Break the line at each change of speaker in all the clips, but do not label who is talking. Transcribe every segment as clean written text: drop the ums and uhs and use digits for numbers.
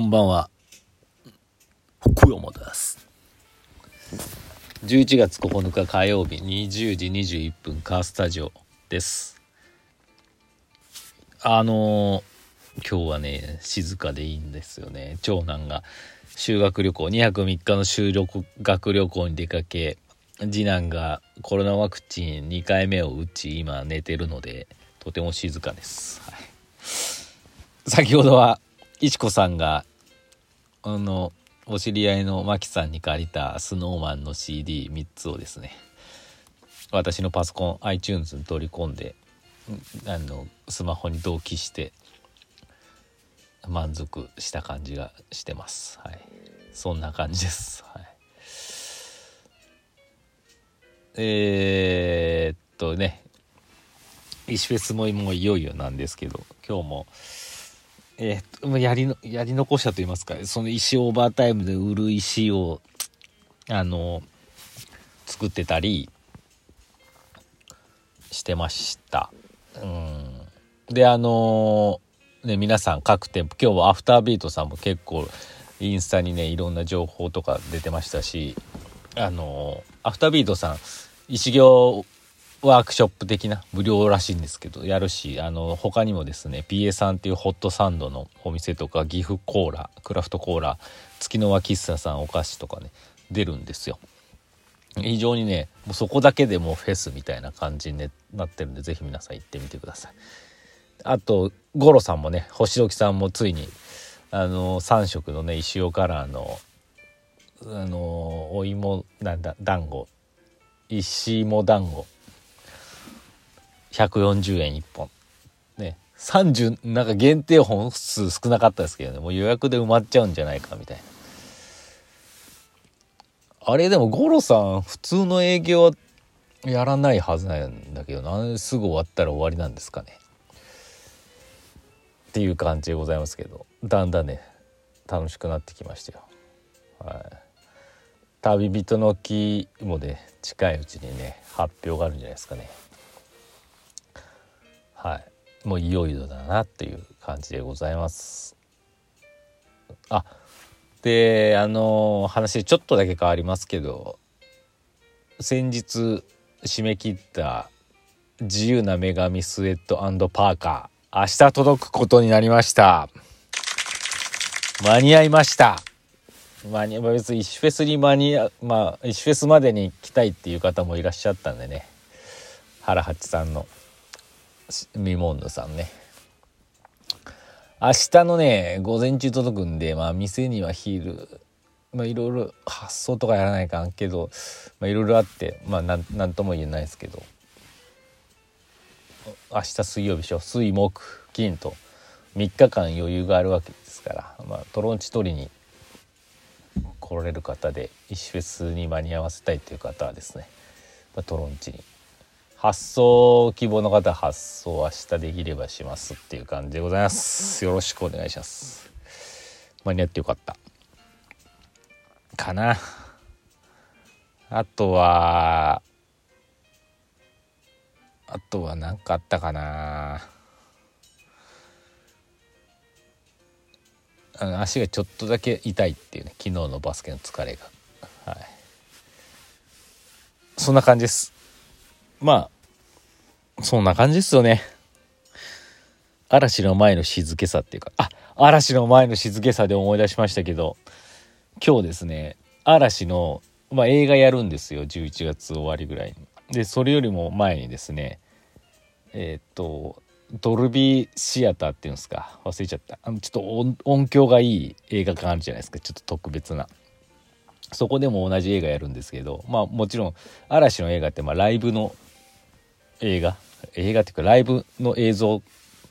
こんばんは、福山です。11月9日火曜日20時21分カースタジオです。今日はね静かでいいんですよね。長男が修学旅行2泊3日の修学旅行に出かけ、次男がコロナワクチン2回目を打ち今寝てるのでとても静かです、はい、先ほどはいちこさんがお知り合いのマキさんに借りたスノーマンの CD3 つをですね、私のパソコン iTunes に取り込んでスマホに同期して満足した感じがしてます。はい、そんな感じです。はい、石フェスももういよいよなんですけど、今日もやり残したと言いますか、その石オーバータイムで売る石を作ってたりしてました。で皆さん各店舗、今日はアフタービートさんも結構インスタにねいろんな情報とか出てましたし、アフタービートさん石行ワークショップ的な無料らしいんですけどやるし、他にもですね PA さんっていうホットサンドのお店とか岐阜コーラクラフトコーラ月の輪喫茶さんお菓子とかね出るんですよ。非常にねもうそこだけでもうフェスみたいな感じに、ね、なってるんでぜひ皆さん行ってみてください。あとゴロさんもね星時さんもついに3色のね石尾カラーのお芋団子石芋団子140円1本ね、30なんか限定本数少なかったですけどね、もう予約で埋まっちゃうんじゃないかみたいな。あれでもゴロさん普通の営業はやらないはずなんだけど、なんですぐ終わったら終わりなんですかねっていう感じでございますけど、だんだんね楽しくなってきましたよ。はい、旅人の木もね近いうちにね発表があるんじゃないですかね。はい、もういよいよだなっていう感じでございます。で話ちょっとだけ変わりますけど、先日締め切った自由な女神スウェット&パーカー明日届くことになりました。間に合いました。別に石フェスに石フェスまでに来たいっていう方もいらっしゃったんでね、原八さんのミモンヌさんね、明日のね午前中届くんで、店には昼いろいろ発送とかやらないかんけどいろいろあってなんとも言えないですけど、明日水曜日水木金と3日間余裕があるわけですから、トロンチ取りに来られる方で石フェスに間に合わせたいという方はですね、トロンチに発送希望の方は発送明日できればしますっていう感じでございます。よろしくお願いします。間に合ってよかったかな。あとは何かあったかな。足がちょっとだけ痛いっていうね、昨日のバスケの疲れが、はい、そんな感じです。そんな感じですよね。嵐の前の静けさっていうか、嵐の前の静けさで思い出しましたけど、今日ですね嵐の、映画やるんですよ11月終わりぐらいに。でそれよりも前にですねドルビーシアターっていうんですか、忘れちゃった。ちょっと音響がいい映画館あるじゃないですか、ちょっと特別な。そこでも同じ映画やるんですけど、もちろん嵐の映画ってライブの映画っていうかライブの映像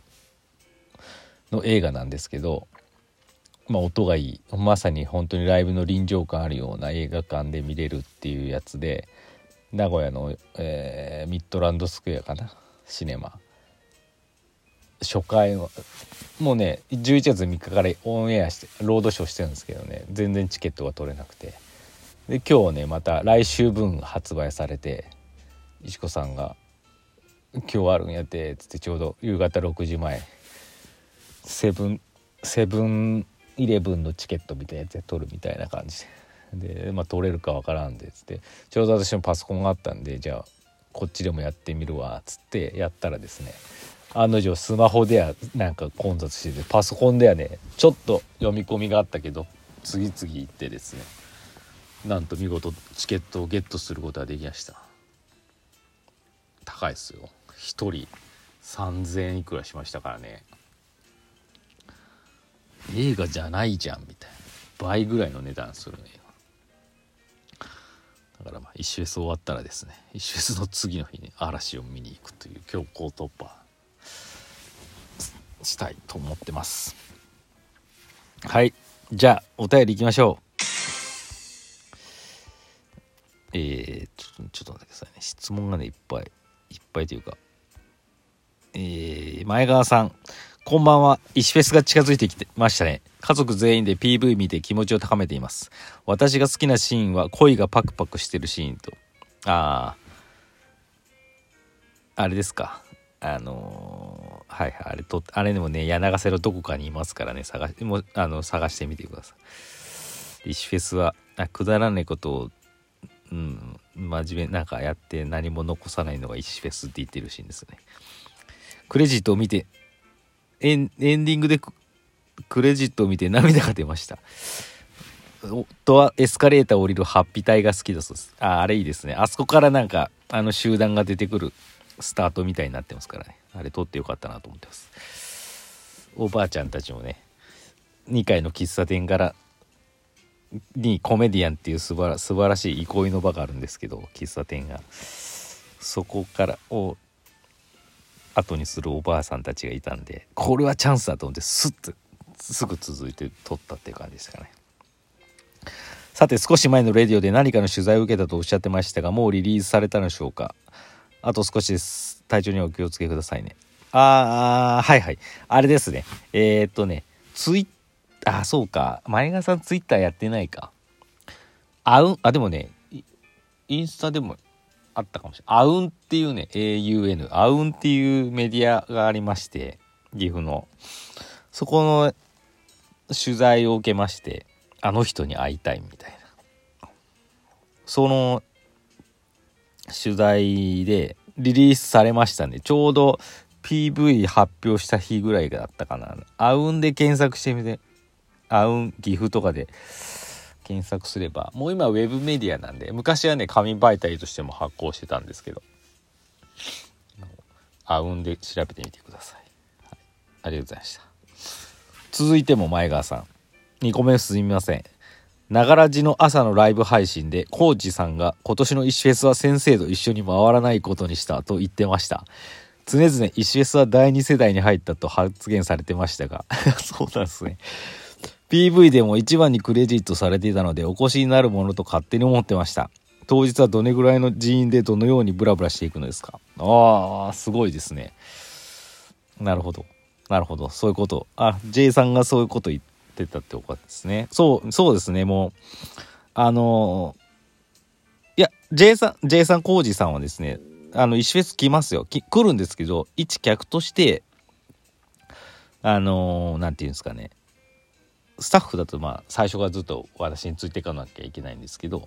の映画なんですけど、音がいい、まさに本当にライブの臨場感あるような映画館で見れるっていうやつで、名古屋の、ミッドランドスクエアかな、シネマ初回のもうね11月3日からオンエアしてロードショーしてるんですけどね、全然チケットが取れなくて、で今日ねまた来週分発売されて、石子さんが今日あるんやってつってちょうど夕方6時前セブン 11のチケットみたいなやつで取るみたいな感じで、取れるかわからんでっつって、ちょうど私のパソコンがあったんで、じゃあこっちでもやってみるわっつってやったらですね、案の定スマホではなんか混雑してて、パソコンではねちょっと読み込みがあったけど次々行ってですね、なんと見事チケットをゲットすることができました。高いですよ、1人3000円いくらしましたからね。映画じゃないじゃんみたいな、倍ぐらいの値段するね。だから一フェス終わったらですね、一フェスの次の日に嵐を見に行くという強行突破したいと思ってます。はい、じゃあお便りいきましょう。ちょっと待ってくださいね、質問がねいっぱいというか、前川さんこんばんは。石フェスが近づいてきてましたね。家族全員で PV 見て気持ちを高めています。私が好きなシーンは恋がパクパクしてるシーンと、あれですか、はいあれでもね、柳ヶ瀬のどこかにいますからね、探してみてください。石フェスはくだらないことを真面目なんかやって何も残さないのが石フェスって言ってるシーンですね。クレジットを見てエンディングでクレジットを見て涙が出ました。夫はエスカレーターを降りるハッピー隊が好きだそうです。あれいいですね。あそこからなんか集団が出てくるスタートみたいになってますからね。あれ撮ってよかったなと思ってます。おばあちゃんたちもね、2階の喫茶店からにコメディアンっていう素晴らしい憩いの場があるんですけど、喫茶店がそこからを後にするおばあさんたちがいたんで、これはチャンスだと思ってスッとすぐ続いて撮ったっていう感じですかね。さて、少し前のレディオで何かの取材を受けたとおっしゃってましたが、もうリリースされたのでしょうか。あと少しです。体調にはお気をつけくださいね。はいはい、あれですね、そうか、前川さんツイッターやってないか。でもね、インスタでもあったかもしれない。アウンっていうね、AUN アウンっていうメディアがありまして、岐阜のそこの取材を受けまして、あの人に会いたいみたいな、その取材でリリースされましたね。ちょうど PV 発表した日ぐらいだったかな。アウンで検索してみて、アウン岐阜とかで検索すれば、もう今ウェブメディアなんで、昔はね紙媒体としても発行してたんですけど、アウンで調べてみてください。はい、ありがとうございました。続いても前川さん、2個目すみません。ながらじの朝のライブ配信でコーチさんが今年の石フェスは先生と一緒に回らないことにしたと言ってました。常々石フェスは第2世代に入ったと発言されてましたがそうなんですね。 PV でも一番にクレジットされていたのでお越しになるものと勝手に思ってました。当日はどれぐらいの人員でどのようにブラブラしていくのですか。すごいですね。なるほどそういうこと。J さんがそういうこと言ってたってことですね。そうですね。もういや J さんコージさんはですね、石フェス来ますよ。来るんですけど、一客としてなんていうんですかね、スタッフだと最初からずっと私についていかなきゃいけないんですけど、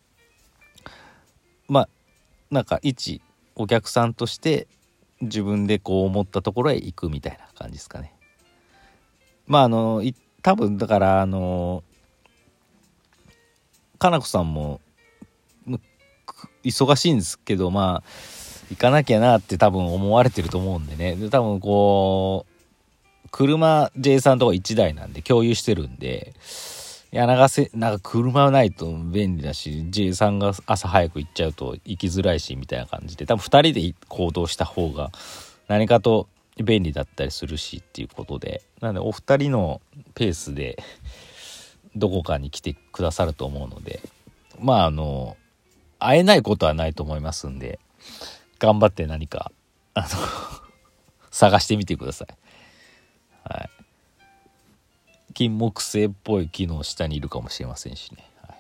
なんか一お客さんとして自分でこう思ったところへ行くみたいな感じですかね。多分だからかなこさんも忙しいんですけど、行かなきゃなって多分思われてると思うんでね。で多分こう車 J さんとか1台なんで共有してるんで、なんか車はないと便利だし、 J さんが朝早く行っちゃうと行きづらいしみたいな感じで、多分2人で行動した方が何かと便利だったりするしっていうことで、なのでお二人のペースでどこかに来てくださると思うので、会えないことはないと思いますんで、頑張って何か探してみてください。はい、金木犀っぽい木の下にいるかもしれませんしね。はい、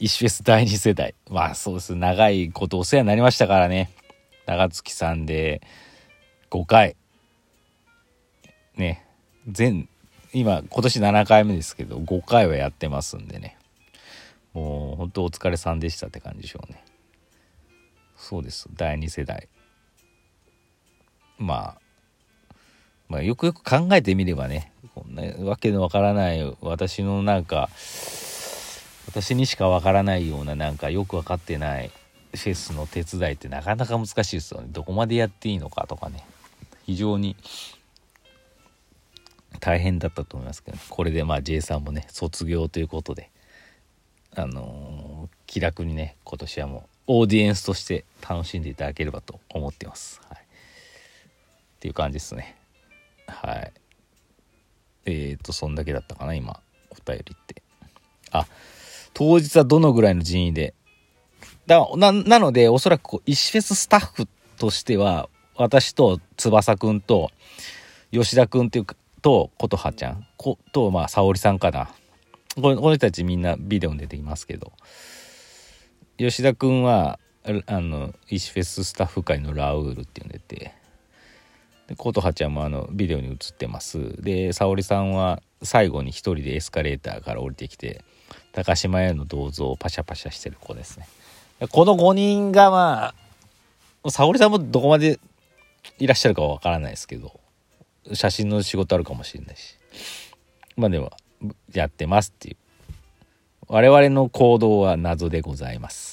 石フェス第2世代、そうです。長いことお世話になりましたからね。長月さんで5回ね、全今年7回目ですけど5回はやってますんでね、もう本当お疲れさんでしたって感じでしょうね。そうです、第2世代。まあよくよく考えてみればね、こんなわけのわからない私のなんか私にしかわからないようななんかよくわかってないフェスの手伝いってなかなか難しいですよね。どこまでやっていいのかとかね、非常に大変だったと思いますけど、ね、これでまあ J さんもね卒業ということで気楽にね今年はもうオーディエンスとして楽しんでいただければと思ってます、はい、っていう感じですね。はい。そんだけだったかな今お便りって。当日はどのぐらいの人員でなのでおそらくこう石フェススタッフとしては私と翼くんと吉田くんっていうかと琴葉ちゃんとまあ沙織さんかな、この人たちみんなビデオに出てきますけど、吉田くんは石フェススタッフ界のラウールって呼んでて、で琴葉ちゃんもビデオに映ってます。で沙織さんは最後に一人でエスカレーターから降りてきて高島屋の銅像をパシャパシャしてる子ですね。この5人がまあ沙織さんもどこまでいらっしゃるかはわからないですけど、写真の仕事あるかもしれないし、まあでもやってますっていう、我々の行動は謎でございます。